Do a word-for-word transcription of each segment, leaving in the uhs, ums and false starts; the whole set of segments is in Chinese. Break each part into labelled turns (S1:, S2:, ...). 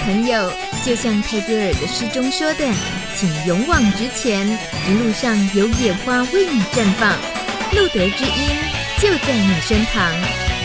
S1: 朋友，就像泰戈尔的诗中说的，请勇往直前，一路上有野花为你绽放，路德之音就在你身旁。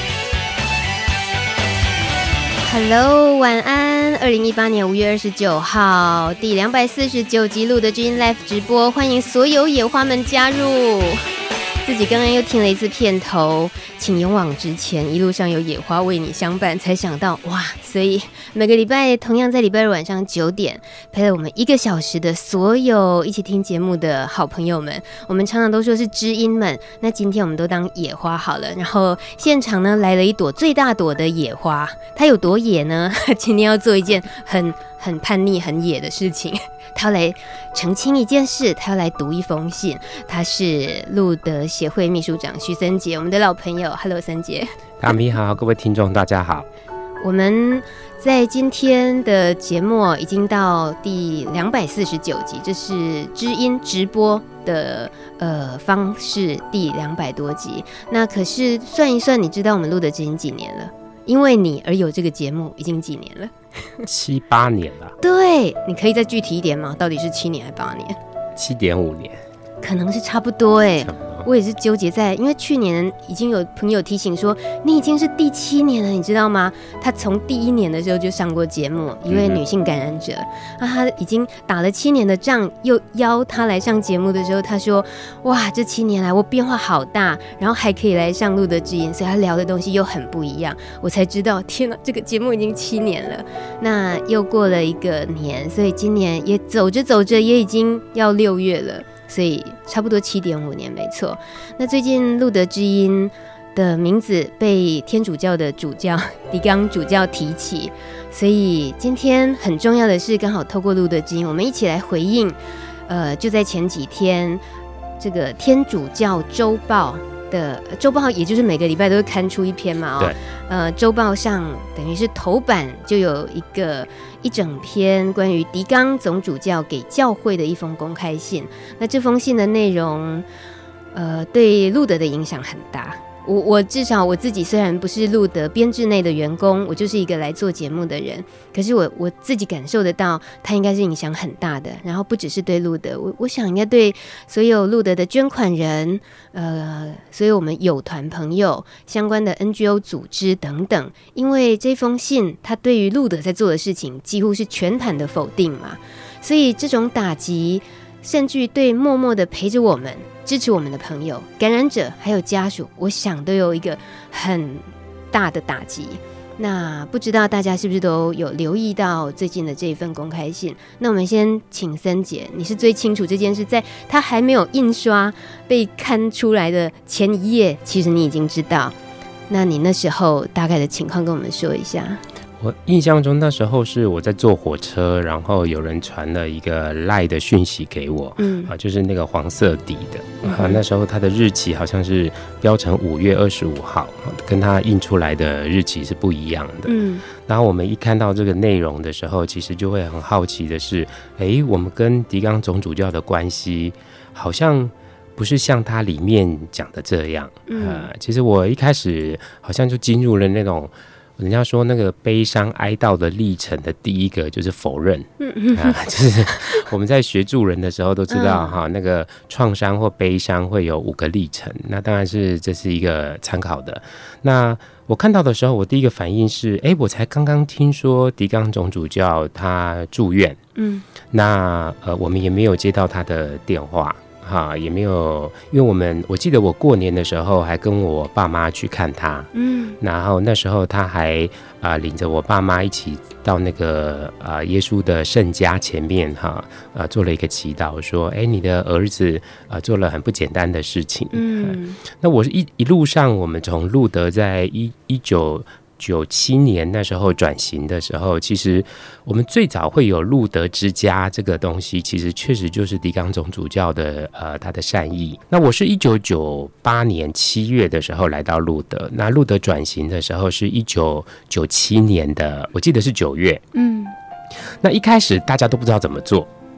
S2: Hello， 晚安。二零一八年五月二十九号，第两百四十九集路德之音 Live 直播，欢迎所有野花们加入。自己刚刚又听了一次片头，请勇往直前，一路上有野花为你相伴，才想到哇！所以每个礼拜同样在礼拜日晚上九点，陪了我们一个小时的所有一起听节目的好朋友们，我们常常都说是知音们，那今天我们都当野花好了。然后现场呢来了一朵最大朵的野花，它有多野呢？今天要做一件很很叛逆、很野的事情。他要来澄清一件事，他要来读一封信。他是路德协会秘书长徐森杰，我们的老朋友。Hello， 森杰。
S3: 大米好，各位听众大家好。
S2: 我们在今天的节目已经到第两百四十九集，这是知音直播的呃方式第两百多集。那可是算一算，你知道我们录的知音几年了？因为你而有这个节目已经几年了？
S3: 七八年了。
S2: 对，你可以再具体一点吗？到底是七年还是八年？
S3: 七点五年，
S2: 可能是差不多哎、欸。我也是纠结在，因为去年已经有朋友提醒说，你已经是第七年了，你知道吗？他从第一年的时候就上过节目，一位女性感染者，那、嗯、他已经打了七年的仗，又邀他来上节目的时候，他说：“哇，这七年来我变化好大，然后还可以来上路德之音，所以他聊的东西又很不一样。”我才知道，天哪，这个节目已经七年了。那又过了一个年，所以今年也走着走着也已经要六月了。所以差不多七点五年，没错。那最近路德之音的名字被天主教的主教狄刚主教提起，所以今天很重要的是，刚好透过路德之音，我们一起来回应。呃，就在前几天，这个天主教周报的周报，也就是每个礼拜都会刊出一篇嘛、哦，
S3: 对，
S2: 呃，周报上等于是头版就有一个。一整篇关于狄刚总主教给教会的一封公开信，那这封信的内容，呃，对路德的影响很大。我我至少我自己虽然不是路德编制内的员工，我就是一个来做节目的人，可是我我自己感受得到，它应该是影响很大的。然后不只是对路德，我我想应该对所有路德的捐款人，呃，所有我们友团朋友、相关的 N G O 组织等等，因为这封信它对于路德在做的事情几乎是全盘的否定嘛，所以这种打击，甚至于对默默的陪着我们。支持我们的朋友、感染者还有家属，我想都有一个很大的打击。那不知道大家是不是都有留意到最近的这一份公开信？那我们先请森姐，你是最清楚这件事，在它还没有印刷被刊出来的前一页，其实你已经知道。那你那时候大概的情况跟我们说一下。
S3: 我印象中那时候是我在坐火车，然后有人传了一个 LINE 的讯息给我，嗯啊，就是那个黄色底的、嗯、啊，那时候它的日期好像是标成五月二十五号，跟它印出来的日期是不一样的。嗯，然后我们一看到这个内容的时候，其实就会很好奇的是，哎，我们跟狄刚总主教的关系好像不是像它里面讲的这样。嗯、呃，其实我一开始好像就进入了那种。人家说那个悲伤哀悼的历程的第一个就是否认，嗯啊，就是我们在学助人的时候都知道哈、嗯，那个创伤或悲伤会有五个历程，那当然是这是一个参考的。那我看到的时候，我第一个反应是，哎，我才刚刚听说狄刚总主教他住院，嗯，那呃我们也没有接到他的电话。哈，也没有，因为我们我记得我过年的时候还跟我爸妈去看他，嗯，然后那时候他还啊、呃、领着我爸妈一起到那个啊、呃、耶稣的圣家前面哈啊、呃、做了一个祈祷，说，哎，你的儿子啊、呃、做了很不简单的事情，嗯，那我是一一路上我们从路德在一一九。九七年那时候转型的时候，其实我们最早会有路德之家这个东西，其实确实就是狄刚总主教的呃他的善意。那我是一九九八年七月的时候来到路德，那路德转型的时候是一九九七年的，我记得是九月。嗯，那一开始大家都不知道怎么做。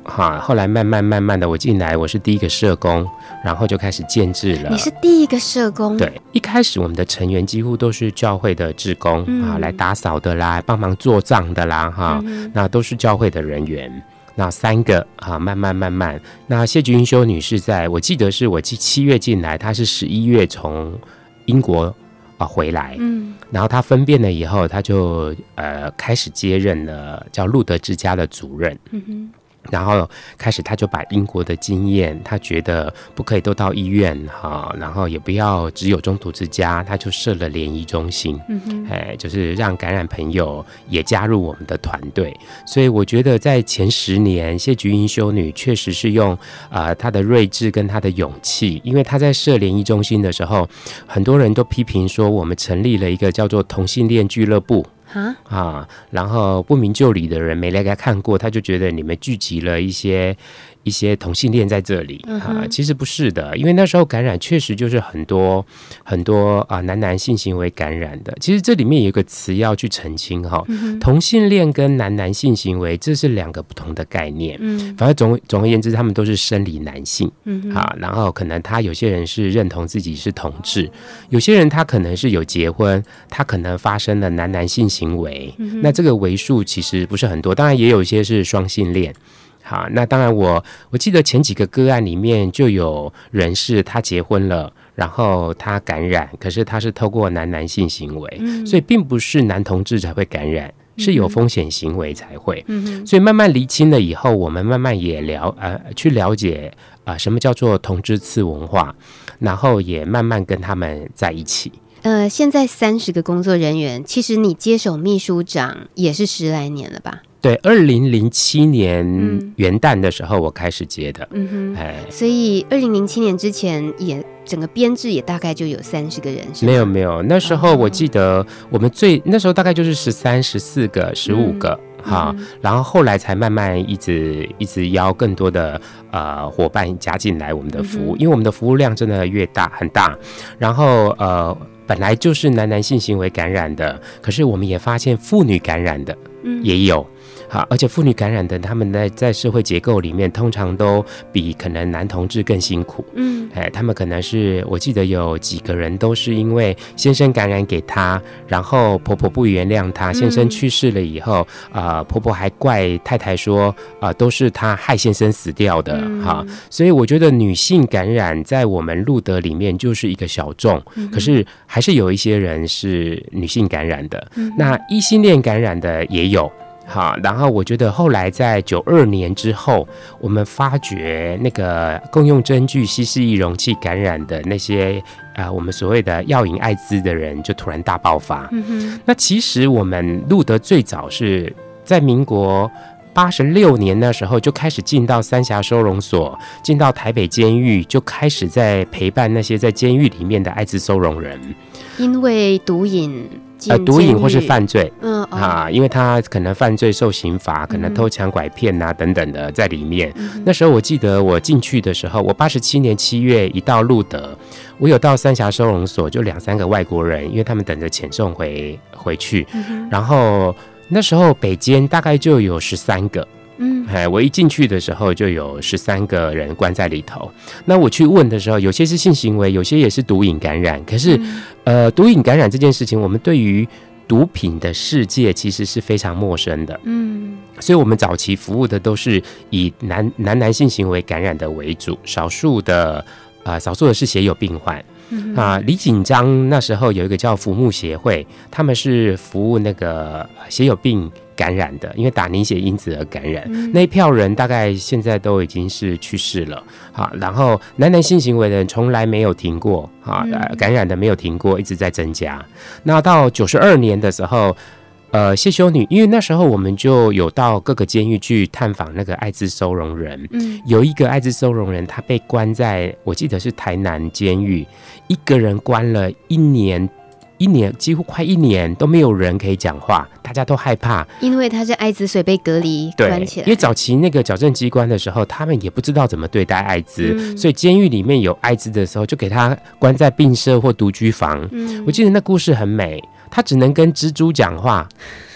S3: 哈，后来慢慢慢慢的我进来，我是第一个社工，然后就开始建制了。
S2: 你是第一个社工？
S3: 对，一开始我们的成员几乎都是教会的志工、嗯、啊，来打扫的啦，帮忙做账的啦，哈、嗯，那都是教会的人员。那三个啊，慢慢慢慢，那谢菊英修女是在我记得是我七月进来，她是十一月从英国啊回来，嗯，然后她分辨了以后，她就呃开始接任了叫路德之家的主任，嗯哼。然后开始他就把英国的经验，他觉得不可以都到医院哈，然后也不要只有中途之家，他就设了联谊中心，嗯哼，哎，就是让感染朋友也加入我们的团队。所以我觉得在前十年，谢菊英修女确实是用呃她的睿智跟她的勇气，因为她在设联谊中心的时候，很多人都批评说我们成立了一个叫做同性恋俱乐部。啊，然后不明就里的人没来给他看过，他就觉得你们聚集了一些一些同性恋在这里、嗯、啊，其实不是的，因为那时候感染确实就是很多很多啊男男性行为感染的。其实这里面有一个词要去澄清哈、嗯，同性恋跟男男性行为这是两个不同的概念。嗯，反正总总而言之，他们都是生理男性。嗯，啊，然后可能他有些人是认同自己是同志，有些人他可能是有结婚，他可能发生了男男性行为。嗯、那这个为数其实不是很多，当然也有一些是双性恋。好，那当然我我记得前几个个案里面就有人是他结婚了，然后他感染，可是他是透过男男性行为、嗯、所以并不是男同志才会感染，是有风险行为才会、嗯、所以慢慢厘清了以后，我们慢慢也了呃去了解啊、呃、什么叫做同志次文化，然后也慢慢跟他们在一起。
S2: 呃，现在三十个工作人员，其实你接手秘书长也是十来年了吧？
S3: 对，二零零七年元旦的时候我开始接的，嗯哼，
S2: 哎，所以二零零七年之前也整个编制也大概就有三十个人，是吗？
S3: 没有没有，那时候我记得我们最、哦、那时候大概就是十三、十四个、十五个。嗯好，然后后来才慢慢一直一直邀更多的呃伙伴加进来我们的服务、嗯，因为我们的服务量真的越大很大，然后呃本来就是男男性行为感染的，可是我们也发现妇女感染的也有。嗯好，而且妇女感染的，他们在在社会结构里面，通常都比可能男同志更辛苦。嗯，哎，他们可能是我记得有几个人都是因为先生感染给他，然后婆婆不原谅他，先生去世了以后，啊、呃，婆婆还怪太太说，啊、呃，都是他害先生死掉的。嗯、哈，所以我觉得女性感染在我们路德里面就是一个小众、嗯，可是还是有一些人是女性感染的。嗯、那异性恋感染的也有。好，然后我觉得后来在九二年之后，我们发觉那个共用针具、稀释易容器感染的那些啊、呃，我们所谓的药瘾艾滋的人就突然大爆发。嗯哼，那其实我们路德最早是在民国八十六年那时候就开始进到三峡收容所，进到台北监狱，就开始在陪伴那些在监狱里面的艾滋收容人，
S2: 因为毒瘾。
S3: 呃，毒瘾或是犯罪，嗯、哦、啊，因为他可能犯罪受刑罚，可能偷抢拐骗啊、嗯、等等的在里面、嗯。那时候我记得我进去的时候，我八十七年七月一到路德，我有到三峡收容所，就两三个外国人，因为他们等着遣送回回去、嗯，然后那时候北监大概就有十三个。嗯，哎，我一进去的时候就有十三个人关在里头。那我去问的时候，有些是性行为，有些也是毒瘾感染。可是，嗯、呃，毒瘾感染这件事情，我们对于毒品的世界其实是非常陌生的。嗯，所以我们早期服务的都是以男男男性行为感染的为主，少数的呃，少数的是血友病患。嗯、啊，李锦章那时候有一个叫服牧协会，他们是服务那个血友病感染的，因为打凝血因子而感染、嗯、那一票人大概现在都已经是去世了。好，然后男男性行为的人从来没有停过，啊、嗯，感染的没有停过，一直在增加。那到九十二年的时候。呃，谢修女，因为那时候我们就有到各个监狱去探访那个艾滋收容人，嗯，有一个艾滋收容人，他被关在，我记得是台南监狱，一个人关了一年，一年几乎快一年都没有人可以讲话，大家都害怕，
S2: 因为他是艾滋，所以被隔离关起来。
S3: 因为早期那个矫正机关的时候，他们也不知道怎么对待艾滋、嗯，所以监狱里面有艾滋的时候，就给他关在病舍或独居房。嗯，我记得那故事很美。他只能跟蜘蛛讲话，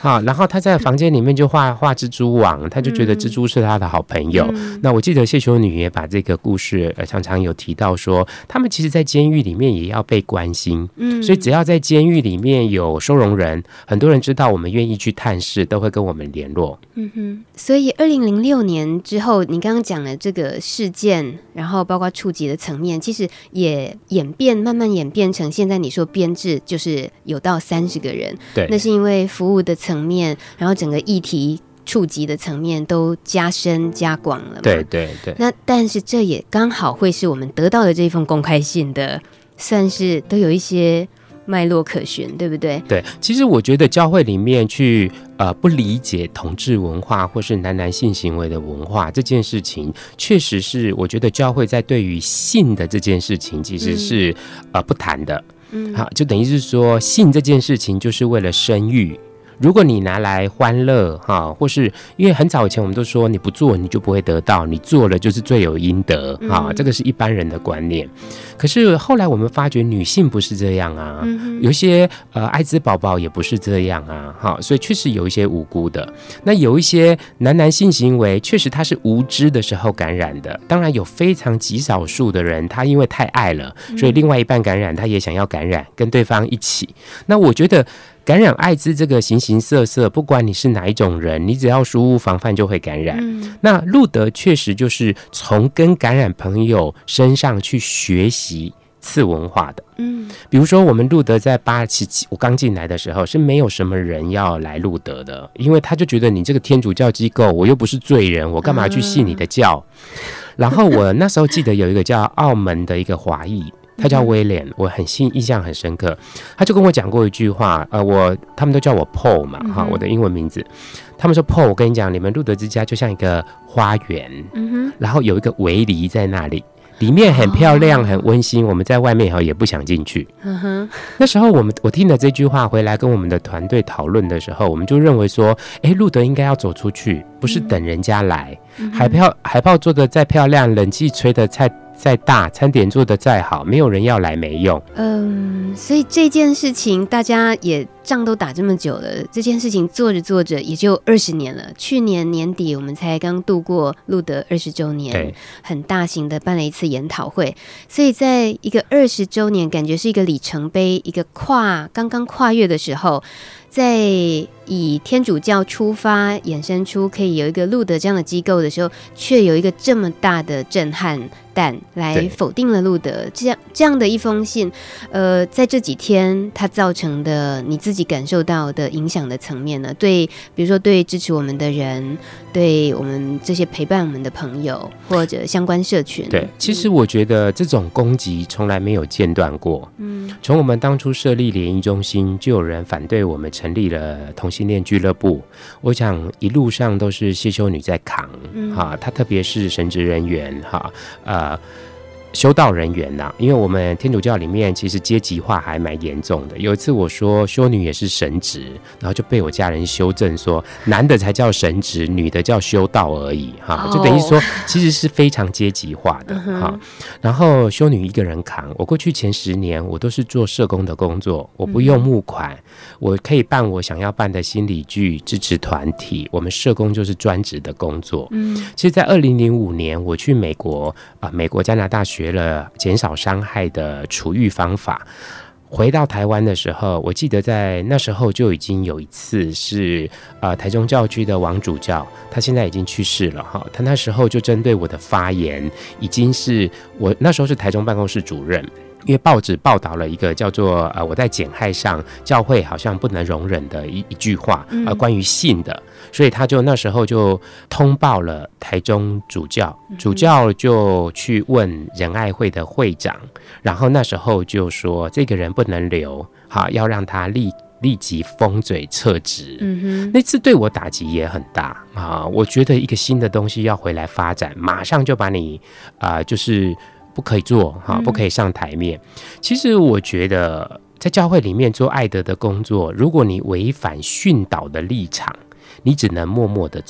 S3: 好，然后他在房间里面就画画蜘蛛网，他就觉得蜘蛛是他的好朋友。嗯、那我记得谢修女也把这个故事、呃、常常有提到说，他们其实在监狱里面也要被关心，嗯，所以只要在监狱里面有收容人，很多人知道我们愿意去探视，都会跟我们联络。
S2: 嗯哼，所以二零零六年之后，你刚刚讲的这个事件，然后包括触及的层面，其实也演变，慢慢演变成现在你说编制就是有到三十个人。
S3: 对，
S2: 那是因为服务的层面，然后整个议题触及的层面都加深加广了嘛。
S3: 对对对。
S2: 那但是这也刚好会是我们得到的这封公开信的，算是都有一些脉络可循，对不对？
S3: 对，其实我觉得教会里面去呃不理解同志文化或是男男性行为的文化这件事情，确实是我觉得教会在对于性的这件事情其实是、嗯、呃不谈的。嗯，好，就等于是说性这件事情就是为了生育。如果你拿来欢乐哈，或是因为很早以前我们都说你不做你就不会得到，你做了就是罪有应得哈、嗯，这个是一般人的观念。可是后来我们发觉女性不是这样啊，嗯、有一些呃艾滋宝宝也不是这样啊，哈，所以确实有一些无辜的。那有一些男男性行为，确实他是无知的时候感染的。当然有非常极少数的人，他因为太爱了，所以另外一半感染，他也想要感染，跟对方一起。那我觉得。感染艾滋这个形形色色，不管你是哪一种人，你只要疏忽防范就会感染。嗯、那路德确实就是从跟感染朋友身上去学习次文化的。嗯，比如说我们路德在八七七，我刚进来的时候是没有什么人要来路德的，因为他就觉得你这个天主教机构，我又不是罪人，我干嘛去信你的教？嗯、然后我那时候记得有一个叫澳门的一个华裔。他叫威廉，我很印象很深刻。他就跟我讲过一句话，呃，我他们都叫我 Paul 嘛，哈、嗯，我的英文名字。他们说 Paul， 我跟你讲，你们路德之家就像一个花园，嗯、然后有一个围篱在那里，里面很漂亮、哦、很温馨。我们在外面也不想进去。嗯、那时候我们我听了这句话回来跟我们的团队讨论的时候，我们就认为说，哎，路德应该要走出去，不是等人家来。嗯、海报海报做的再漂亮，冷气吹的再再大，餐点做的再好，没有人要来没用。
S2: 嗯，所以这件事情大家也仗都打这么久了，这件事情做着做着也就二十年了。去年年底我们才刚度过路德二十周年，很大型的办了一次研讨会，所以在一个二十周年，感觉是一个里程碑，一个跨刚刚跨越的时候。在以天主教出发衍生出可以有一个路德这样的机构的时候，却有一个这么大的震撼弹来否定了路德，这样这样的一封信，呃，在这几天它造成的你自己感受到的影响的层面呢？对，比如说对支持我们的人，对我们这些陪伴我们的朋友或者相关社群，
S3: 对，其实我觉得这种攻击从来没有间断过。嗯，从我们当初设立联谊中心，就有人反对我们成立了同性恋俱乐部，我想一路上都是谢修女在扛，嗯、哈，她特别是神职人员，哈，呃。修道人员呐、啊，因为我们天主教里面其实阶级化还蛮严重的。有一次我说修女也是神职，然后就被我家人修正说，男的才叫神职，女的叫修道而已哈，就等于说其实是非常阶级化的哈。Oh. 然后修女一个人扛，我过去前十年我都是做社工的工作，我不用募款，嗯、我可以办我想要办的心理剧支持团体，我们社工就是专职的工作。嗯，其实，在二零零五年我去美国啊、呃，美国加拿大学。学了减少伤害的处遇方法，回到台湾的时候，我记得在那时候就已经有一次是呃台中教区的王主教，他现在已经去世了哈，他那时候就针对我的发言，已经是我那时候是台中办公室主任。因为报纸报道了一个叫做呃我在减害上教会好像不能容忍的一一句话，呃关于性的，所以他就那时候就通报了台中主教，主教就去问仁爱会的会长，然后那时候就说这个人不能留，好要让他立立即封嘴撤职。嗯哼，那次对我打击也很大啊！我觉得一个新的东西要回来发展，马上就把你啊、呃、就是。不可以做哈，不可以上台面。嗯、其实我觉得，在教会里面做爱德的工作，如果你违反训导的立场，你只能默默的做。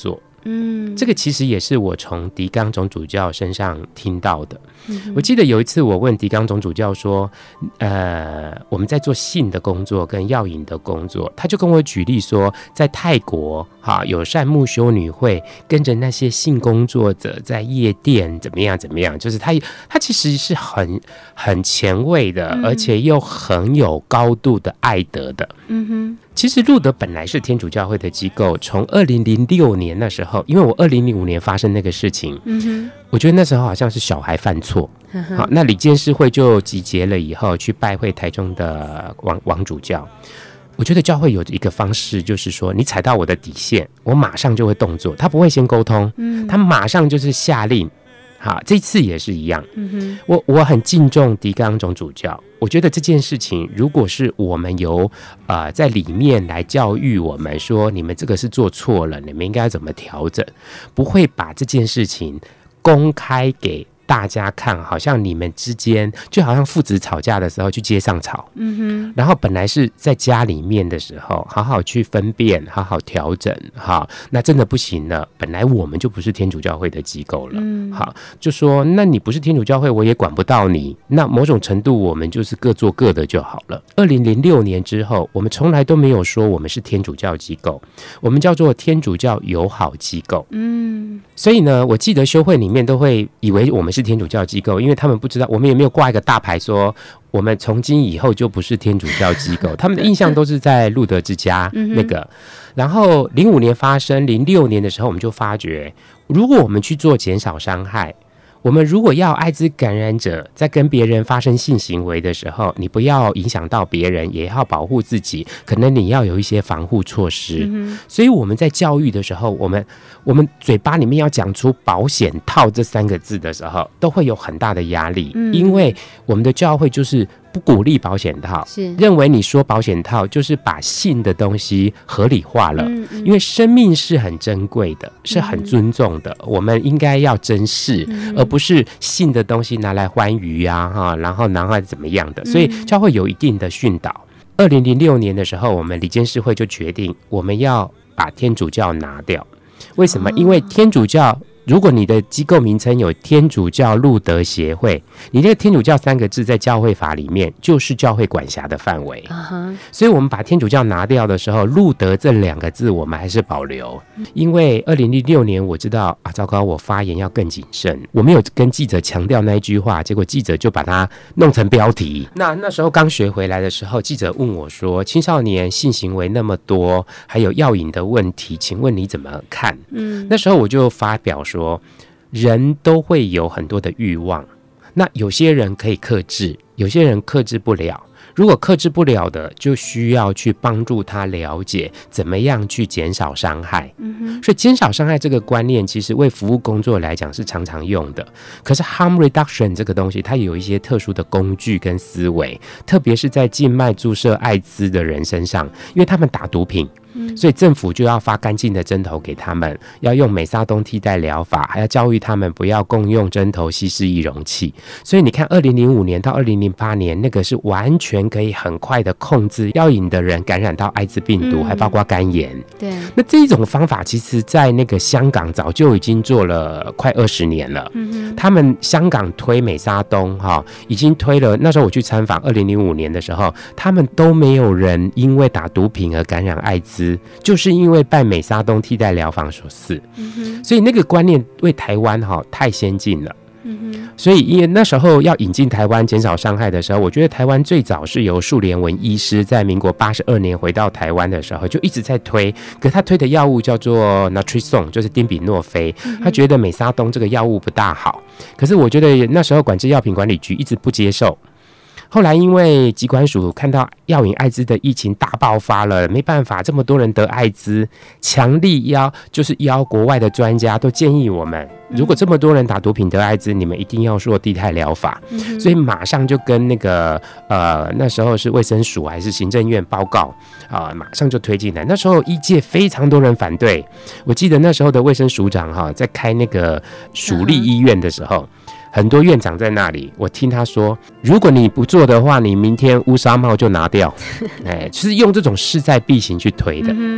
S3: 嗯，这个其实也是我从狄刚总主教身上听到的。嗯、我记得有一次我问狄刚总主教说，呃，我们在做性的工作跟药引的工作，他就跟我举例说，在泰国哈有善牧修女会跟着那些性工作者在夜店怎么样怎么样，就是他他其实是很很前卫的、嗯，而且又很有高度的爱德的。嗯哼。其实路德本来是天主教会的机构，从二零零六年那时候，因为我二零零五年发生那个事情，嗯哼，我觉得那时候好像是小孩犯错，嗯、好，那理监事会就集结了以后去拜会台中的王王主教。我觉得教会有一个方式，就是说你踩到我的底线，我马上就会动作，他不会先沟通，嗯，他马上就是下令。好，这次也是一样。嗯哼，我我很敬重狄刚总主教，我觉得这件事情，如果是我们由呃在里面来教育我们说，你们这个是做错了，你们应该怎么调整，不会把这件事情公开给大家看，好像你们之间就好像父子吵架的时候去街上吵，嗯哼，然后本来是在家里面的时候好好去分辨，好好调整，好，那真的不行了，本来我们就不是天主教会的机构了，嗯，好，就说那你不是天主教会，我也管不到你，那某种程度我们就是各做各的就好了。二零零六年之后，我们从来都没有说我们是天主教机构，我们叫做天主教友好机构，嗯，所以呢，我记得修会里面都会以为我们是天主教机构，因为他们不知道，我们也没有挂一个大牌说我们从今以后就不是天主教机构，他们的印象都是在路德之家那个。然后零五年发生，零六年的时候，我们就发觉，如果我们去做减少伤害，我们如果要艾滋感染者在跟别人发生性行为的时候，你不要影响到别人，也要保护自己，可能你要有一些防护措施。嗯、所以我们在教育的时候，我们我们嘴巴里面要讲出保险套这三个字的时候，都会有很大的压力，嗯、因为我们的教会就是不鼓励保险套，是认为你说保险套就是把性的东西合理化了，嗯嗯，因为生命是很珍贵的，是很尊重的，嗯、我们应该要珍视，嗯、而不是性的东西拿来欢愉啊，哈，然后然后怎么样的，嗯、所以教会有一定的训导。二零零六年的时候，我们理监事会就决定我们要把天主教拿掉。为什么？哦、因为天主教，如果你的机构名称有天主教路德协会，你这个天主教三个字在教会法里面就是教会管辖的范围， uh-huh. 所以我们把天主教拿掉的时候，路德这两个字我们还是保留。因为二零零六年我知道啊，糟糕，我发言要更谨慎，我没有跟记者强调那一句话，结果记者就把它弄成标题。那那时候刚学回来的时候，记者问我说，青少年性行为那么多，还有药瘾的问题，请问你怎么看？嗯，那时候我就发表说，说人都会有很多的欲望，那有些人可以克制，有些人克制不了，如果克制不了的，就需要去帮助他了解怎么样去减少伤害。嗯、所以减少伤害这个观念其实为服务工作来讲是常常用的，可是 harm reduction 这个东西它有一些特殊的工具跟思维，特别是在静脉注射艾滋的人身上，因为他们打毒品，所以政府就要发干净的针头给他们，要用美沙酮替代疗法，还要教育他们不要共用针头稀释易容器。所以你看二零零五年到二零零八年，那个是完全可以很快的控制药瘾的人感染到艾滋病毒，嗯、还包括肝炎。对，那这一种方法其实在那个香港早就已经做了快二十年了。嗯、他们香港推美沙酮，哦、已经推了，那时候我去参访二零零五年的时候，他们都没有人因为打毒品而感染艾滋，就是因为拜美沙酮替代疗法所赐。嗯、所以那个观念为台湾，哦、太先进了。嗯、所以因为那时候要引进台湾减少伤害的时候，我觉得台湾最早是由树莲文医师在民国八十二年回到台湾的时候就一直在推，可是他推的药物叫做 Naltrexone， 就是丁比诺菲，嗯、他觉得美沙酮这个药物不大好，可是我觉得那时候管制药品管理局一直不接受。后来因为疾管署看到药瘾艾滋的疫情大爆发了，没办法，这么多人得艾滋，强力邀就是邀国外的专家都建议我们，如果这么多人打毒品得艾滋，你们一定要做地态疗法。嗯、所以马上就跟那个呃那时候是卫生署还是行政院报告啊、呃，马上就推进来。那时候医界非常多人反对，我记得那时候的卫生署长哈在开那个署立医院的时候。嗯很多院长在那里，我听他说，如果你不做的话，你明天乌纱帽就拿掉。哎，就是用这种势在必行去推的。嗯、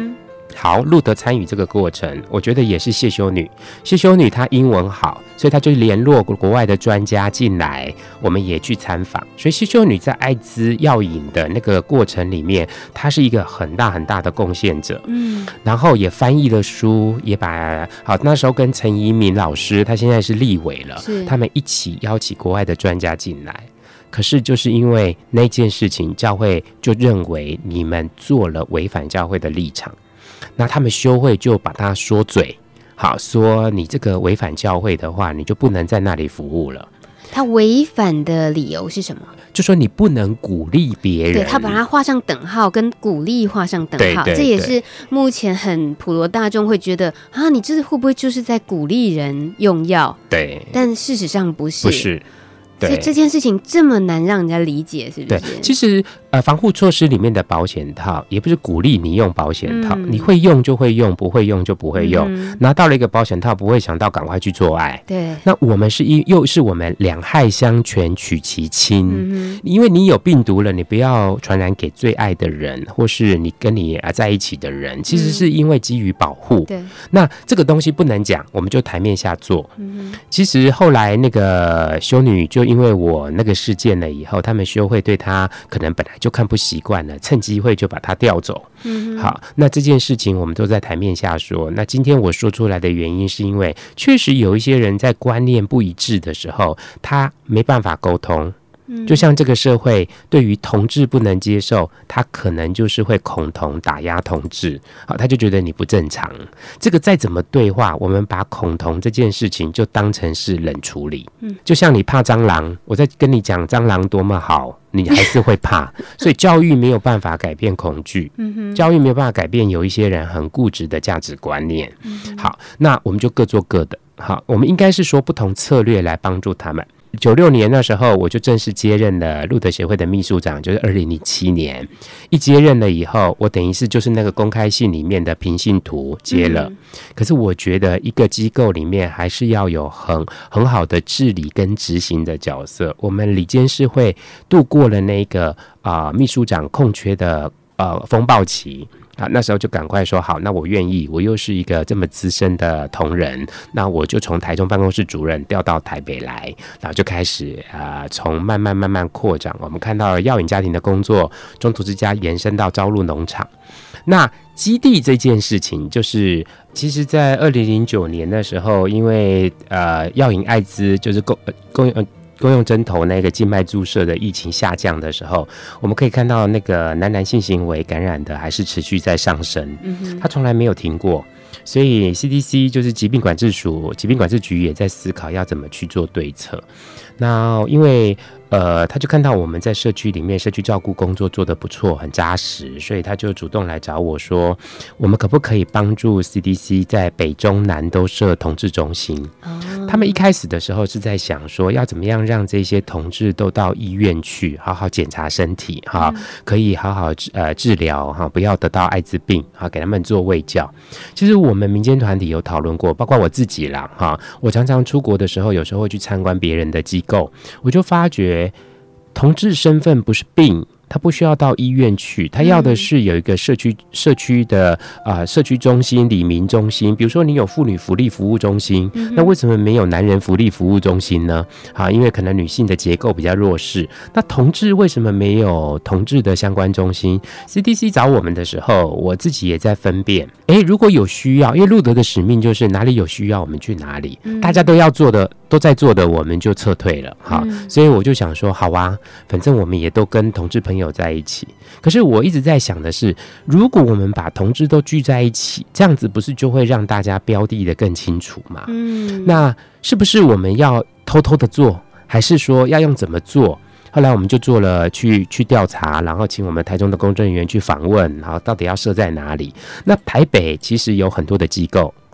S3: 好，路德参与这个过程，我觉得也是谢修女。谢修女她英文好，所以她就联络国外的专家进来，我们也去参访。所以谢修女在艾滋药引的那个过程里面，她是一个很大很大的贡献者。嗯，然后也翻译了书，也把好那时候跟陈怡民老师，他现在是立委了，他们一起邀请国外的专家进来。可是就是因为那件事情，教会就认为你们做了违反教会的立场。那他们修会就把他说嘴，好说你这个违反教会的话，你就不能在那里服务了。
S2: 他违反的理由是什么？
S3: 就说你不能鼓励别人，
S2: 对，他把它画上等号，跟鼓励画上等号，
S3: 对对对，
S2: 这也是目前很普罗大众会觉得啊，你这会不会就是在鼓励人用药？
S3: 对，
S2: 但事实上不是，
S3: 不是。
S2: 所以这件事情这么难让人家理解，是不是？
S3: 对，其实呃，防护措施里面的保险套也不是鼓励你用保险套，嗯、你会用就会用，不会用就不会用。嗯、拿到了一个保险套，不会想到赶快去做爱。
S2: 对，
S3: 那我们是一又是我们两害相权取其轻，嗯、因为你有病毒了，你不要传染给最爱的人，或是你跟你啊在一起的人，其实是因为基于保护。对、嗯，那这个东西不能讲，我们就台面下做。嗯、其实后来那个修女就因为我那个事件了以后，他们修会对他可能本来就看不习惯了，趁机会就把他调走。嗯，好，那这件事情我们都在台面下说。那今天我说出来的原因，是因为确实有一些人在观念不一致的时候，他没办法沟通。就像这个社会对于同志不能接受，他可能就是会恐同打压同志，好，他就觉得你不正常。这个再怎么对话，我们把恐同这件事情就当成是冷处理。嗯，就像你怕蟑螂，我在跟你讲蟑螂多么好，你还是会怕。所以教育没有办法改变恐惧，教育没有办法改变有一些人很固执的价值观念。好，那我们就各做各的。好，我们应该是说不同策略来帮助他们。九六年那时候，我就正式接任了路德协会的秘书长，就是二零零七年。一接任了以后，我等于是就是那个公开信里面的平信徒接了。嗯、可是我觉得一个机构里面还是要有很很好的治理跟执行的角色。我们理监事会度过了那个啊、呃、秘书长空缺的呃风暴期。啊，那时候就赶快说好，那我愿意，我又是一个这么资深的同仁，那我就从台中办公室主任调到台北来，然后就开始呃，从慢慢慢慢扩展。我们看到了药引家庭的工作，中途之家延伸到朝露农场。那基地这件事情，就是其实在二零零九年的时候，因为呃药引艾滋就是公公呃。公用针头那个静脉注射的疫情下降的时候，我们可以看到那个男男性行为感染的还是持续在上升，嗯、它从来没有停过。所以 C D C 就是疾病管制署、疾病管制局也在思考要怎么去做对策。那因为呃，他就看到我们在社区里面社区照顾工作做得不错，很扎实，所以他就主动来找我说，我们可不可以帮助 C D C 在北中南都设同志中心？哦、他们一开始的时候是在想说，要怎么样让这些同志都到医院去，好好检查身体，哈、嗯，可以好好呃治疗哈，不要得到艾滋病，好给他们做卫教。其实我们民间团体有讨论过，包括我自己啦，哈，我常常出国的时候，有时候会去参观别人的机构，我就发觉。同志身份不是病，他不需要到医院去，他要的是有一个社区社区的啊、呃、社区中心、里民中心。比如说，你有妇女福利服务中心，嗯、那为什么没有男人福利服务中心呢？啊，因为可能女性的结构比较弱势。那同志为什么没有同志的相关中心 ？C D C 找我们的时候，我自己也在分辨。哎，如果有需要，因为路德的使命就是哪里有需要我们去哪里，嗯、大家都要做的。都在做的，我们就撤退了哈、嗯，所以我就想说，好啊，反正我们也都跟同志朋友在一起。可是我一直在想的是，如果我们把同志都聚在一起，这样子不是就会让大家标的的更清楚吗？嗯，那是不是我们要偷偷的做，还是说要用怎么做？后来我们就做了去去调查，然后请我们台中的公证人员去访问，然后到底要设在哪里？那台北其实有很多的机构。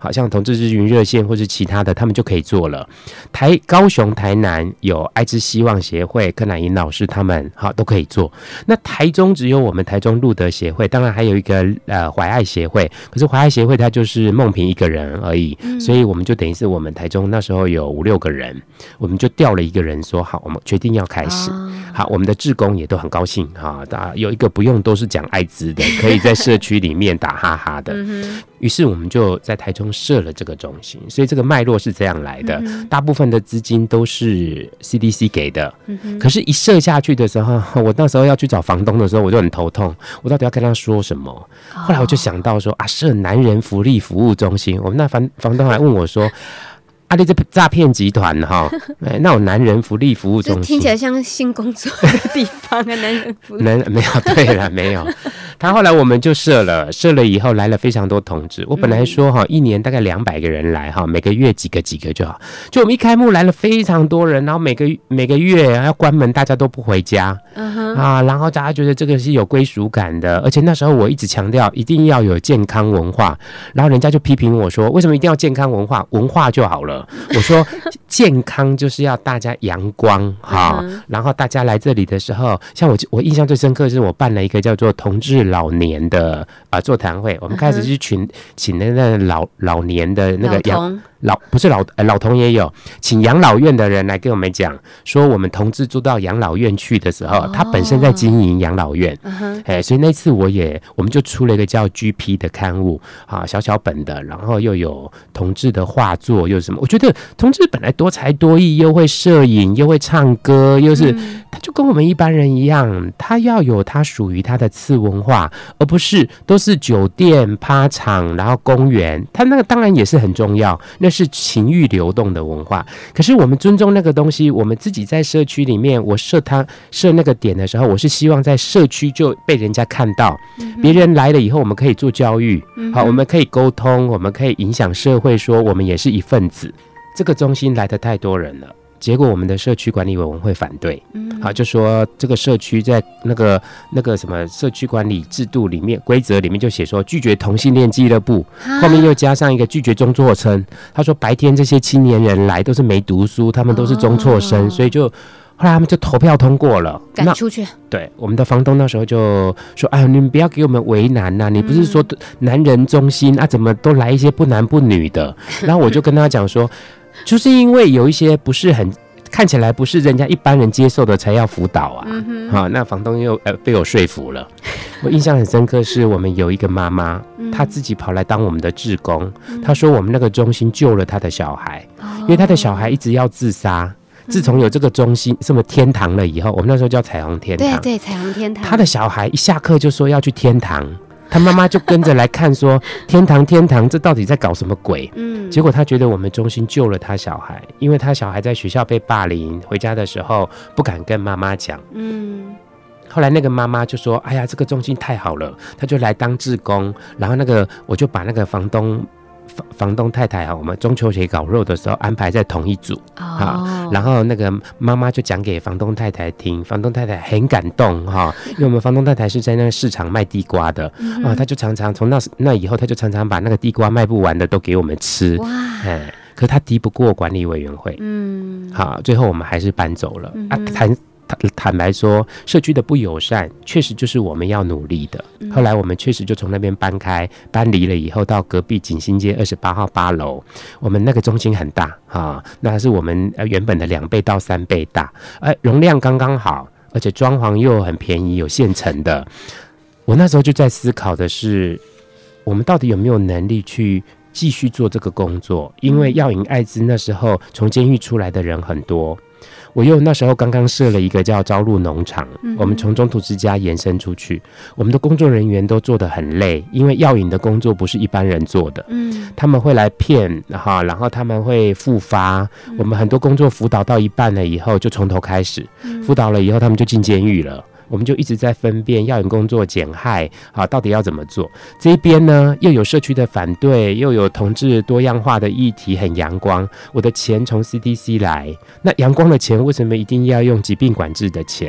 S3: 好像同志咨询热线或是其他的，他们就可以做了。台高雄、台南有艾滋希望协会、柯乃莹老师他们好都可以做。那台中只有我们台中路德协会，当然还有一个呃怀爱协会，可是怀爱协会它就是梦萍一个人而已，嗯、所以我们就等于是我们台中那时候有五六个人，我们就调了一个人说好，我们决定要开始。哦、好，我们的志工也都很高兴哈，啊，有一个不用都是讲艾滋的，可以在社区里面打哈哈的。嗯、于是我们就在台中设了这个中心，所以这个脉络是这样来的。嗯、大部分的资金都是 C D C 给的，嗯、可是一设下去的时候，我那时候要去找房东的时候，我就很头痛，我到底要跟他说什么？哦、后来我就想到说啊，设男人福利服务中心，我们那房房东还问我说。啊，你这诈骗集团哈，那有男人福利服务中心，
S2: 听起来像性工作的地方啊，男人福利。
S3: 没有，对了，没有。他后来我们就设了，设了以后来了非常多同志。我本来说哈，一年大概两百个人来哈，每个月几个几个就好。就我们一开幕来了非常多人，然后每个每个月要关门，大家都不回家、uh-huh. 啊，然后大家觉得这个是有归属感的，而且那时候我一直强调一定要有健康文化，然后人家就批评我说，为什么一定要健康文化？文化就好了。我说健康就是要大家阳光哈、uh-huh. 然后大家来这里的时候，像我我印象最深刻是我办了一个叫做同志老年的啊、呃、座谈会，我们开始去请、uh-huh. 请那个老老年的那个养老不是老、呃、老同也有，请养老院的人来跟我们讲说，我们同志住到养老院去的时候， oh. 他本身在经营养老院， uh-huh. 哎，所以那次我也我们就出了一个叫 G P 的刊物啊，小小本的，然后又有同志的画作，又什么，我觉得同志本来多才多艺，又会摄影，又会唱歌，又是、嗯、他就跟我们一般人一样，他要有他属于他的次文化，而不是都是酒店、趴场，然后公园，他那个当然也是很重要，那是情欲流动的文化。可是我们尊重那个东西，我们自己在社区里面，我设他设那个点的时候，我是希望在社区就被人家看到，别、嗯、人来了以后，我们可以做教育，嗯、好，我们可以沟通，我们可以影响社会，说我们也是一份子。这个中心来的太多人了，结果我们的社区管理委员会反对，嗯，好，就说这个社区在那个那个什么社区管理制度里面规则里面就写说拒绝同性恋俱乐部，后面又加上一个拒绝中辍生。他说白天这些青年人来都是没读书，他们都是中辍生，哦、所以就后来他们就投票通过了，
S2: 赶出去。
S3: 对，我们的房东那时候就说：“哎，你们不要给我们为难呐、啊！你不是说男人中心啊，怎么都来一些不男不女的？”然后我就跟他讲说。就是因为有一些不是很看起来不是人家一般人接受的才要辅导啊，嗯、啊，那房东又呃被我说服了。我印象很深刻，是我们有一个妈妈，嗯、她自己跑来当我们的志工，嗯、她说我们那个中心救了她的小孩，哦、因为她的小孩一直要自杀。自从有这个中心什么天堂了以后，我们那时候叫彩虹天堂，
S2: 对对，彩虹天堂。她
S3: 的小孩一下课就说要去天堂。他妈妈就跟着来看说天堂天堂这到底在搞什么鬼，嗯，结果他觉得我们中心救了他小孩，因为他小孩在学校被霸凌，回家的时候不敢跟妈妈讲，嗯，后来那个妈妈就说哎呀这个中心太好了，他就来当志工，然后那个我就把那个房东房房东太太啊，我们中秋节烤肉的时候安排在同一组、哦、啊，然后那个妈妈就讲给房东太太听，房东太太很感动哈、啊，因为我们房东太太是在那个市场卖地瓜的、嗯、啊，他就常常从那那以后，他就常常把那个地瓜卖不完的都给我们吃，哇，哎，可是他敌不过管理委员会，嗯，好，最后我们还是搬走了、嗯、啊，谈。坦白说，社区的不友善确实就是我们要努力的。嗯、后来我们确实就从那边搬开，搬离了以后到隔壁锦新街二十八号八楼，我们那个中心很大啊，那是我们原本的两倍到三倍大，呃，容量刚刚好，而且装潢又很便宜，有现成的。我那时候就在思考的是，我们到底有没有能力去继续做这个工作？因为药瘾艾滋那时候从监狱出来的人很多。我又那时候刚刚设了一个叫朝露农场、嗯、我们从中途之家延伸出去，我们的工作人员都做得很累，因为药瘾的工作不是一般人做的、嗯、他们会来骗，然后他们会复发、嗯、我们很多工作辅导到一半了以后就从头开始、嗯、辅导了以后他们就进监狱了，我们就一直在分辨药瘾工作减害啊，到底要怎么做。这一边呢，又有社区的反对，又有同志多样化的议题，很阳光。我的钱从 C D C 来，那阳光的钱为什么一定要用疾病管制的钱？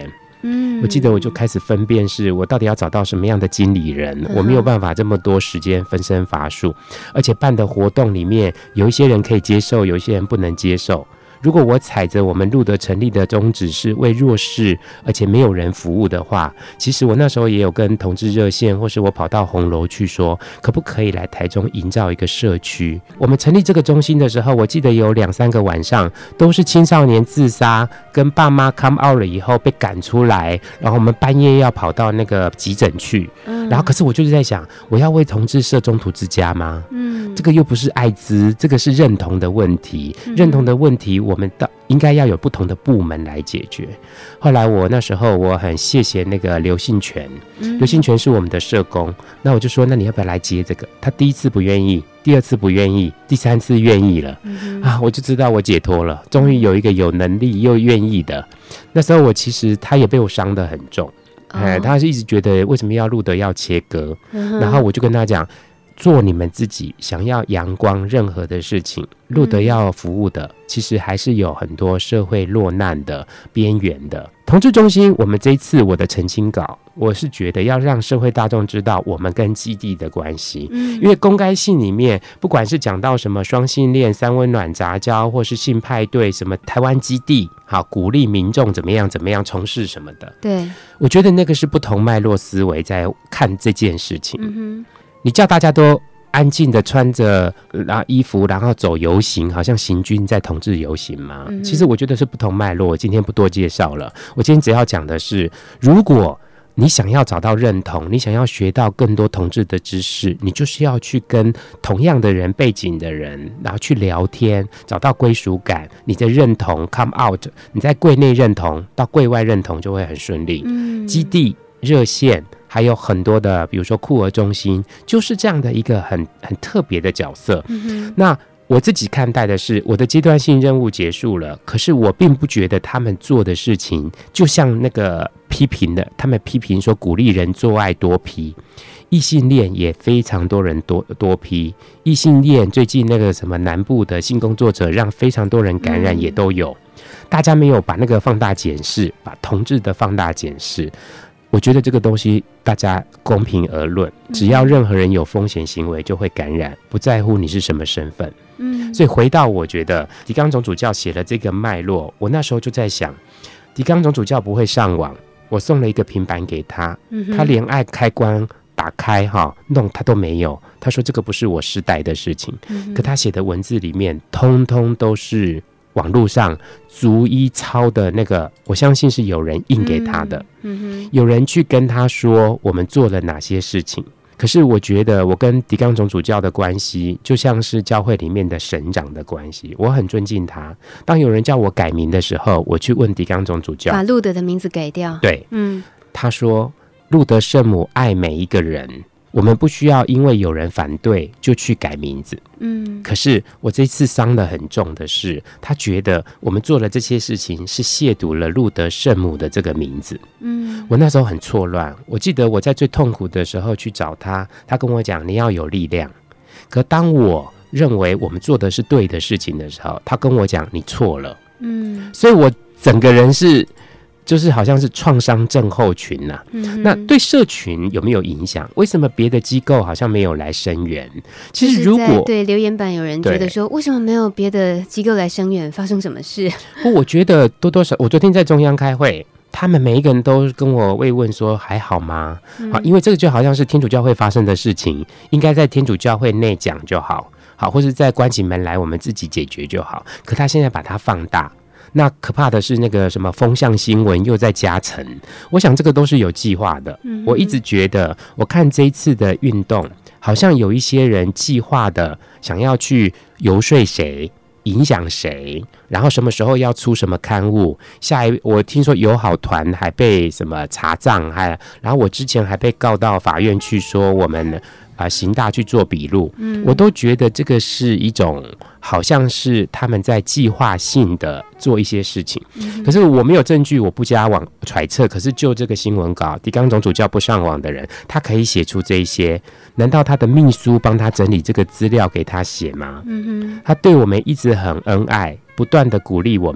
S2: 嗯，
S3: 我记得我就开始分辨是我到底要找到什么样的经理人，嗯、我没有办法这么多时间分身乏术，而且办的活动里面有一些人可以接受，有一些人不能接受。如果我踩着我们路德成立的宗旨是为弱势而且没有人服务的话，其实我那时候也有跟同志热线或是我跑到红楼去说，可不可以来台中营造一个社区。我们成立这个中心的时候，我记得有两三个晚上都是青少年自杀跟爸妈 come out 了以后被赶出来，然后我们半夜要跑到那个急诊去、嗯、然后可是我就是在想，我要为同志设中途之家吗？嗯，这个又不是艾滋，这个是认同的问题、嗯、认同的问题我们到应该要有不同的部门来解决。后来我那时候我很谢谢那个刘信全，刘信全是我们的社工，那我就说那你要不要来接这个？他第一次不愿意，第二次不愿意，第三次愿意了、嗯、啊，我就知道我解脱了，终于有一个有能力又愿意的。那时候我其实他也被我伤得很重、哦哎、他是一直觉得为什么要路德要切割、嗯、然后我就跟他讲，做你们自己想要阳光任何的事情，路德要服务的、嗯、其实还是有很多社会落难的边缘的同志中心。我们这一次我的澄清稿，我是觉得要让社会大众知道我们跟基地的关系、嗯、因为公开信里面不管是讲到什么双性恋、三温暖杂交或是性派对，什么台湾基地好鼓励民众怎么样怎么样从事什么的，
S2: 对，
S3: 我觉得那个是不同脉络思维在看这件事情、嗯哼，你叫大家都安静的穿着衣服然后走游行，好像行军在同志游行吗、嗯、其实我觉得是不同脉络，我今天不多介绍了。我今天只要讲的是，如果你想要找到认同，你想要学到更多同志的知识，你就是要去跟同样的人背景的人然后去聊天，找到归属感，你的认同 come out， 你在柜内认同到柜外认同就会很顺利、嗯、基地热线还有很多的比如说酷儿中心就是这样的一个很很特别的角色、嗯、那我自己看待的是，我的阶段性任务结束了，可是我并不觉得他们做的事情就像那个批评的，他们批评说鼓励人做爱多批，异性恋也非常多人多多批，异性恋最近那个什么南部的性工作者让非常多人感染也都有、嗯、大家没有把那个放大检视，把同志的放大检视。我觉得这个东西大家公平而论，只要任何人有风险行为就会感染，不在乎你是什么身份。嗯，所以回到我觉得狄刚总主教写了这个脉络，我那时候就在想，狄刚总主教不会上网，我送了一个平板给他，嗯、他连爱开关打开哈弄他都没有，他说这个不是我时代的事情、嗯、可他写的文字里面通通都是网络上逐一抄的那个，我相信是有人印给他的、嗯嗯、有人去跟他说我们做了哪些事情。可是我觉得我跟狄刚总主教的关系就像是教会里面的神长的关系，我很尊敬他。当有人叫我改名的时候，我去问狄刚总主教，
S2: 把路德的名字改掉。
S3: 对，嗯，他说路德圣母爱每一个人，我们不需要因为有人反对就去改名字。嗯，可是我这次伤得很重的是，他觉得我们做了这些事情是亵渎了路德圣母的这个名字。嗯，我那时候很错乱，我记得我在最痛苦的时候去找他，他跟我讲你要有力量。可当我认为我们做的是对的事情的时候，他跟我讲你错了。嗯，所以我整个人是就是好像是创伤症候群啊、嗯、那对社群有没有影响？为什么别的机构好像没有来声援？其实如果
S2: 对留言板有人觉得说为什么没有别的机构来声援，发生什么事？
S3: 我觉得多多少，我昨天在中央开会，他们每一个人都跟我慰问说还好吗、嗯、因为这个就好像是天主教会发生的事情，应该在天主教会内讲就好，好，或是在关起门来我们自己解决就好。可他现在把它放大，那可怕的是那个什么风向新闻又在加成，我想这个都是有计划的、嗯、我一直觉得我看这一次的运动好像有一些人计划的想要去游说谁，影响谁，然后什么时候要出什么刊物。下一我听说友好团还被什么查账，还然后我之前还被告到法院去说我们啊、呃，刑大去做笔录、嗯、我都觉得这个是一种好像是他们在计划性的做一些事情、嗯、可是我没有证据，我不加网揣测。可是就这个新闻稿，狄刚总主教不上网的人，他可以写出这一些，难道他的秘书帮他整理这个资料给他写吗？嗯哼，他对我们一直很恩爱，不断的鼓励我们。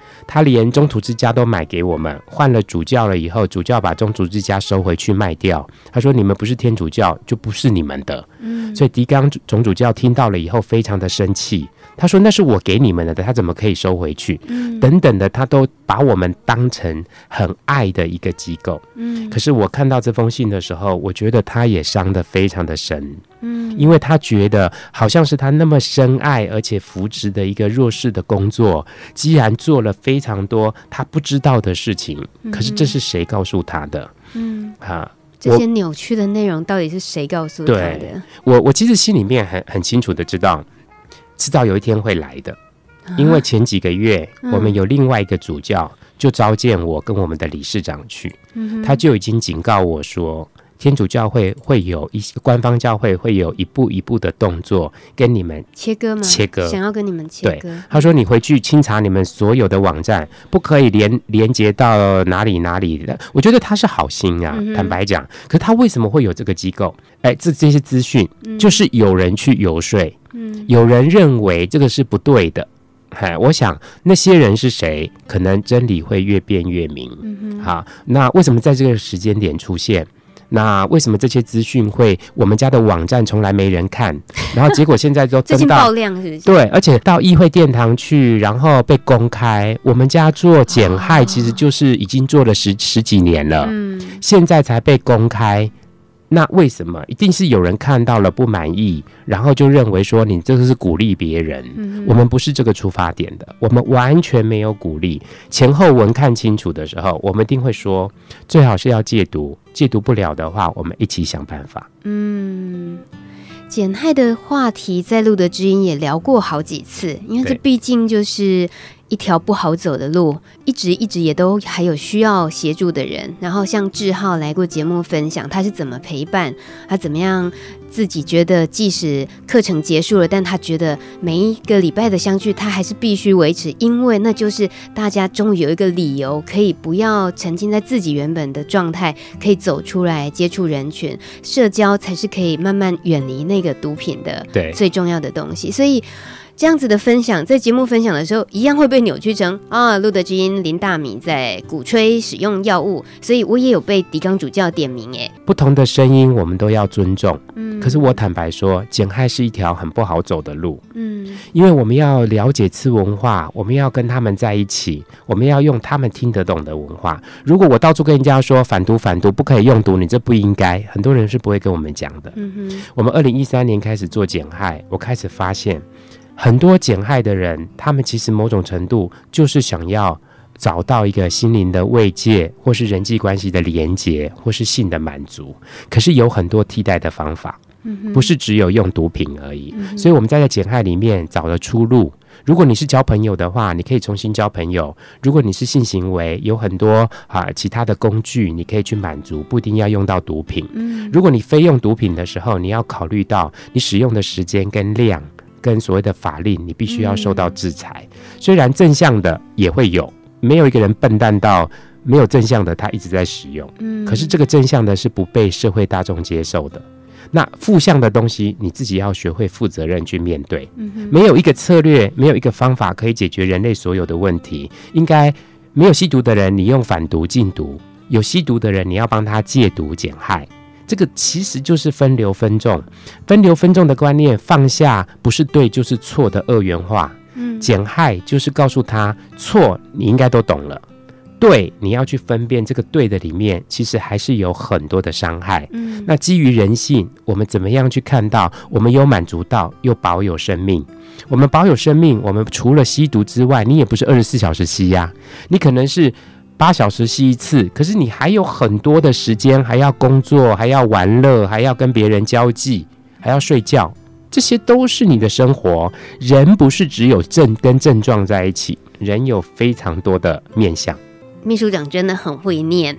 S3: 他连中途之家都买给我们，换了主教了以后，主教把中途之家收回去卖掉。他说你们不是天主教，就不是你们的。嗯，所以狄刚总主教听到了以后非常的生气，他说那是我给你们的，他怎么可以收回去？嗯，等等的，他都把我们当成很爱的一个机构。嗯，可是我看到这封信的时候，我觉得他也伤得非常的深。嗯，因为他觉得好像是他那么深爱而且扶植的一个弱势的工作，既然做了非常多他不知道的事情，嗯，可是这是谁告诉他的？嗯，啊，
S2: 这些扭曲的内容到底是谁告诉他的？
S3: 对，我我其实心里面很很清楚的知道，知道有一天会来的，啊，因为前几个月，嗯，我们有另外一个主教就召见我跟我们的理事长去，嗯，他就已经警告我说，天主教会会有一些官方教会会有一步一步的动作跟你们
S2: 切割吗？
S3: 切割，
S2: 想要跟你们切割。对，
S3: 他说你回去清查你们所有的网站，不可以连连接到哪里哪里的。我觉得他是好心啊，嗯，坦白讲，可是他为什么会有这个机构？哎，这这些资讯，嗯，就是有人去游说，嗯，有人认为这个是不对的。我想那些人是谁，可能真理会越辩越明。嗯，好，那为什么在这个时间点出现？那为什么这些资讯会我们家的网站从来没人看，然后结果现在都登到
S2: 爆量，是不是？
S3: 对，而且到议会殿堂去，然后被公开。我们家做减害其实就是已经做了十十几年了，嗯，现在才被公开。那为什么？一定是有人看到了不满意，然后就认为说你这个是鼓励别人。嗯，我们不是这个出发点的，我们完全没有鼓励。前后文看清楚的时候，我们一定会说，最好是要戒毒，戒毒不了的话，我们一起想办法。
S2: 嗯，减害的话题在路德之音也聊过好几次，因为这毕竟就是一条不好走的路，一直一直也都还有需要协助的人。然后像志浩来过节目分享他是怎么陪伴，他怎么样自己觉得即使课程结束了，但他觉得每一个礼拜的相聚他还是必须维持，因为那就是大家终于有一个理由可以不要沉浸在自己原本的状态，可以走出来接触人群，社交才是可以慢慢远离那个毒品的最重要的东西。所以这样子的分享，在节目分享的时候，一样会被扭曲成啊，路德之音林大米在鼓吹使用药物，所以我也有被狄刚主教点名哎。
S3: 不同的声音我们都要尊重，嗯，可是我坦白说，减害是一条很不好走的路，嗯，因为我们要了解次文化，我们要跟他们在一起，我们要用他们听得懂的文化。如果我到处跟人家说反毒反毒不可以用毒，你这不应该，很多人是不会跟我们讲的。嗯哼，我们二零一三年开始做减害，我开始发现。很多减害的人，他们其实某种程度就是想要找到一个心灵的慰藉，或是人际关系的连结，或是性的满足。可是有很多替代的方法，不是只有用毒品而已。嗯，所以我们在减害里面找了出路。如果你是交朋友的话，你可以重新交朋友；如果你是性行为，有很多啊其他的工具你可以去满足，不一定要用到毒品。嗯，如果你非用毒品的时候，你要考虑到你使用的时间跟量。跟所谓的法令，你必须要受到制裁。嗯，虽然正向的也会有，没有一个人笨蛋到没有正向的他一直在使用。嗯，可是这个正向的是不被社会大众接受的。那负向的东西，你自己要学会负责任去面对。嗯，没有一个策略，没有一个方法可以解决人类所有的问题。应该没有吸毒的人，你用反毒禁毒；有吸毒的人，你要帮他戒毒减害。这个其实就是分流分众，分流分众的观念，放下不是对就是错的二元化。嗯，减害就是告诉他错，你应该都懂了。对，你要去分辨这个对的里面，其实还是有很多的伤害。嗯，那基于人性，我们怎么样去看到我们有满足到，又保有生命？我们保有生命，我们除了吸毒之外，你也不是二十四小时吸呀、啊，你可能是。八小时吸一次，可是你还有很多的时间，还要工作，还要玩乐，还要跟别人交际，还要睡觉，这些都是你的生活。人不是只有症跟症状在一起，人有非常多的面向。
S2: 秘书长真的很会念，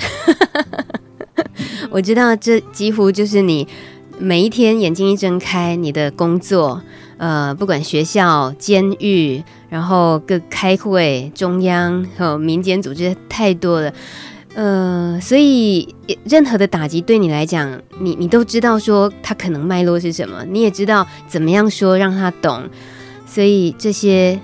S2: 我知道这几乎就是你每一天眼睛一睁开，你的工作。呃，不管学校、监狱，然后各开会、中央和民间组织太多了，呃，所以任何的打击对你来讲，你你都知道说它可能脉络是什么，你也知道怎么样说让他懂，所以这些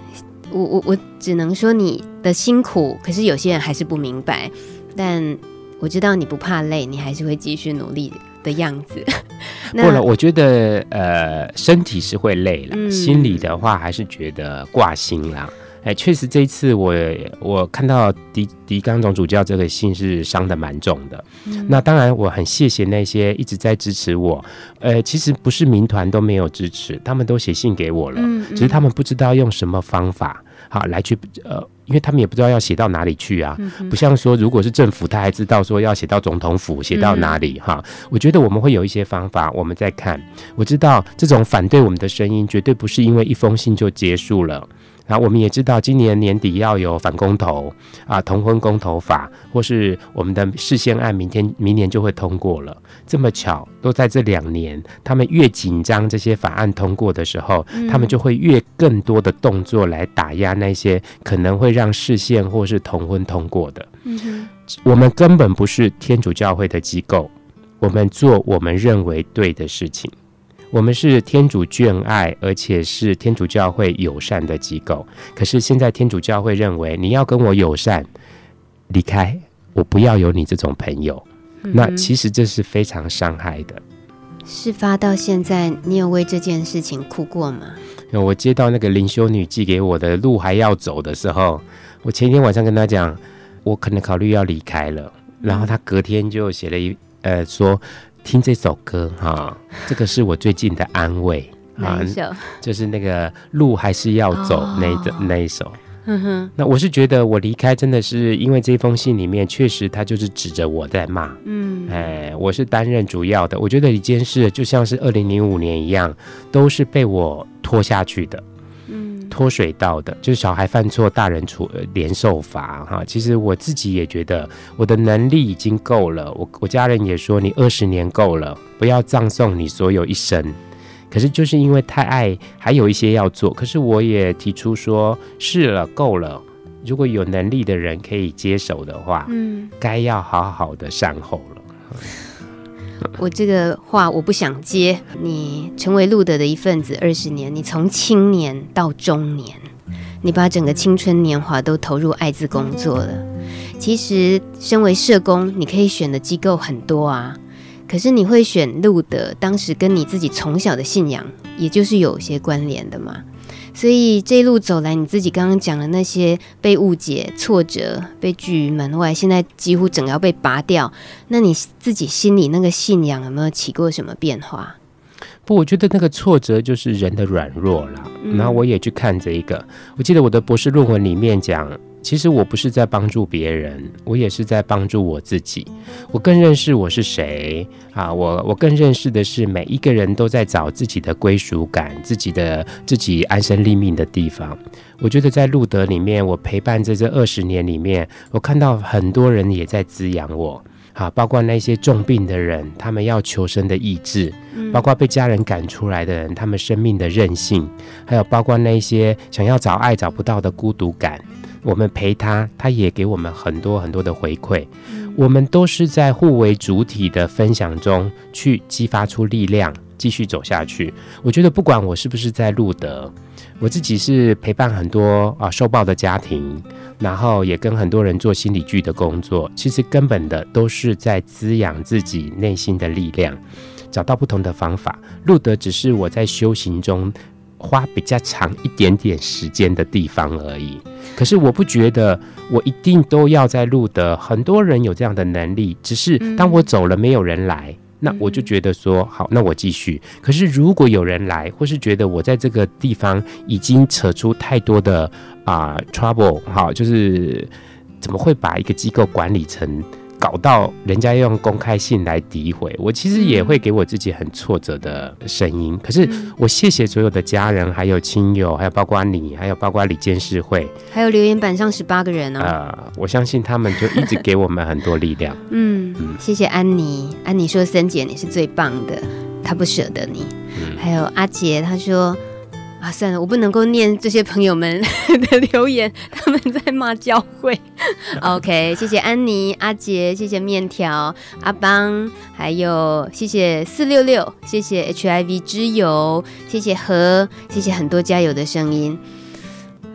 S2: 我我我只能说你的辛苦，可是有些人还是不明白，但我知道你不怕累，你还是会继续努力的样子。
S3: 不了，我觉得呃，身体是会累了，嗯、心理的话还是觉得挂心啦。哎，确实这一次我我看到狄狄刚总主教这个信是伤得蛮重的、嗯。那当然我很谢谢那些一直在支持我，呃，其实不是民团都没有支持，他们都写信给我了，嗯嗯、只是他们不知道用什么方法好来去呃。因为他们也不知道要写到哪里去啊、嗯、不像说如果是政府他还知道说要写到总统府写到哪里、嗯、哈。我觉得我们会有一些方法我们在看，我知道这种反对我们的声音绝对不是因为一封信就结束了，然后我们也知道今年年底要有反公投啊，同婚公投法，或是我们的释宪案明天明年就会通过了，这么巧都在这两年，他们越紧张这些法案通过的时候、嗯、他们就会越更多的动作来打压那些可能会让释宪或是同婚通过的、嗯、我们根本不是天主教会的机构，我们做我们认为对的事情，我们是天主眷爱而且是天主教会友善的机构，可是现在天主教会认为你要跟我友善，离开，我不要有你这种朋友、嗯、那其实这是非常伤害的。
S2: 事发到现在你有为这件事情哭过吗？
S3: 我接到那个灵修女寄给我的路还要走的时候，我前一天晚上跟她讲我可能考虑要离开了，然后她隔天就写了一呃说听这首歌哈，这个是我最近的安慰。
S2: 哪一首？
S3: 就是那个路还是要走那一、哦、那一首。
S2: 嗯哼，
S3: 那我是觉得我离开真的是因为这封信里面确实他就是指着我在骂。嗯，哎，我是担任主要的，我觉得一件事就像是二零零五年一样，都是被我拖下去的。拖水道的，就是小孩犯错大人处连受罚哈。其实我自己也觉得我的能力已经够了，我我家人也说你二十年够了，不要葬送你所有一生。可是就是因为太爱，还有一些要做，可是我也提出说是了，够了，如果有能力的人可以接手的话，嗯，该要好好的善后了。
S2: 我这个话我不想接。你成为路德的一份子二十年，你从青年到中年，你把整个青春年华都投入艾滋工作了。其实身为社工，你可以选的机构很多啊，可是你会选路德，当时跟你自己从小的信仰也就是有些关联的嘛。所以这一路走来，你自己刚刚讲的那些被误解、挫折、被拒于门外，现在几乎整个要被拔掉，那你自己心里那个信仰有没有起过什么变化？
S3: 不，我觉得那个挫折就是人的软弱啦、嗯、然后我也去看这一个，我记得我的博士论文里面讲，其实我不是在帮助别人，我也是在帮助我自己。我更认识我是谁啊，我我更认识的是每一个人都在找自己的归属感，自己的自己安身立命的地方。我觉得在路德里面，我陪伴在这二十年里面，我看到很多人也在滋养我。啊，包括那些重病的人，他们要求生的意志、嗯、包括被家人赶出来的人，他们生命的韧性，还有包括那些想要找爱找不到的孤独感，我们陪他，他也给我们很多很多的回馈、嗯、我们都是在互为主体的分享中去激发出力量，继续走下去。我觉得不管我是不是在路德，我自己是陪伴很多啊受暴的家庭，然后也跟很多人做心理剧的工作，其实根本的都是在滋养自己内心的力量，找到不同的方法。路德只是我在修行中花比较长一点点时间的地方而已，可是我不觉得我一定都要在路德，很多人有这样的能力，只是当我走了没有人来，那我就觉得说好，那我继续。可是如果有人来，或是觉得我在这个地方已经扯出太多的啊、呃、trouble， 好，就是怎么会把一个机构管理成搞到人家用公开信来诋毁我，其实也会给我自己很挫折的声音。可是我谢谢所有的家人，还有亲友，还有包括你，还有包括理监事会，
S2: 还有留言板上十八个人哦。
S3: 呃，我相信他们就一直给我们很多力量。
S2: 嗯, 嗯谢谢安妮，安妮说森姐你是最棒的，她不舍得你。嗯、还有阿杰，他说。啊，算了，我不能够念这些朋友们的留言，他们在骂教会。OK， 谢谢安妮、阿杰，谢谢面条、阿邦，还有谢谢四六六，谢谢 H I V 之友，谢谢何，谢谢很多加油的声音。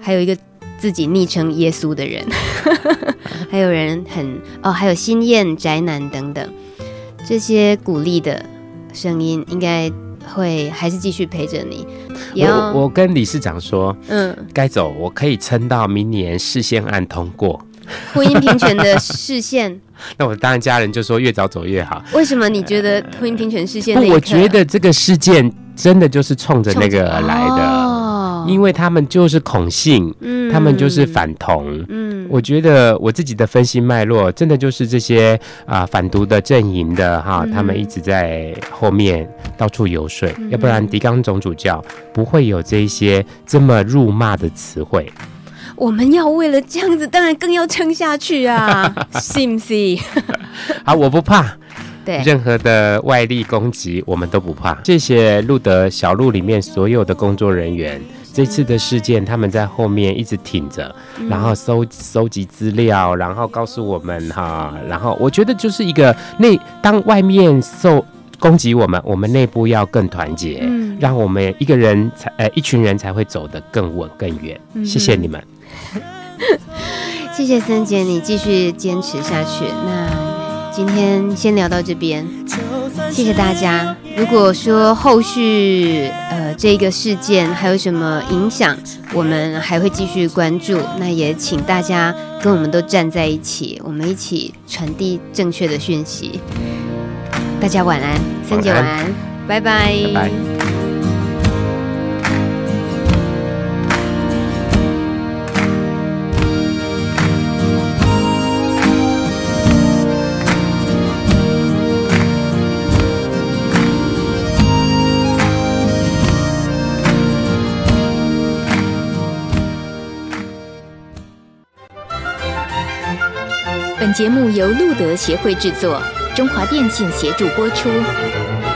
S2: 还有一个自己昵称耶稣的人，还有人很哦，还有心燕、宅男等等，这些鼓励的声音应该会还是继续陪着你。
S3: 我我跟理事长说，嗯，该走，我可以撑到明年释宪案通过。
S2: 婚姻平权的释宪，
S3: 那我当然家人就说越早走越好。
S2: 为什么你觉得婚姻平权释宪那一刻？
S3: 我觉得这个事件真的就是冲着那个来的。哦，因为他们就是恐性，嗯，他们就是反同，嗯，我觉得我自己的分析脉络，真的就是这些啊、呃、反毒的阵营的哈，他们一直在后面到处游说，嗯、要不然狄刚总主教不会有这一些这么辱骂的词汇。
S2: 我们要为了这样子，当然更要撑下去啊，信不信？
S3: 好，我不怕。
S2: 对，
S3: 任何的外力攻击我们都不怕。谢谢路德小路里面所有的工作人员，这次的事件他们在后面一直挺着，嗯、然后收收集资料，然后告诉我们哈，然后我觉得就是一个内当外面受攻击我们，我们内部要更团结，嗯、让我们一个人才呃一群人才会走得更稳更远。嗯、谢谢你们，
S2: 谢谢森姐，你继续坚持下去。那今天先聊到这边，谢谢大家。如果说后续呃这个事件还有什么影响，我们还会继续关注。那也请大家跟我们都站在一起，我们一起传递正确的讯息。大家晚安，森姐晚安，拜拜。
S3: 拜拜。
S1: 本节目由路德协会制作，中华电信协助播出。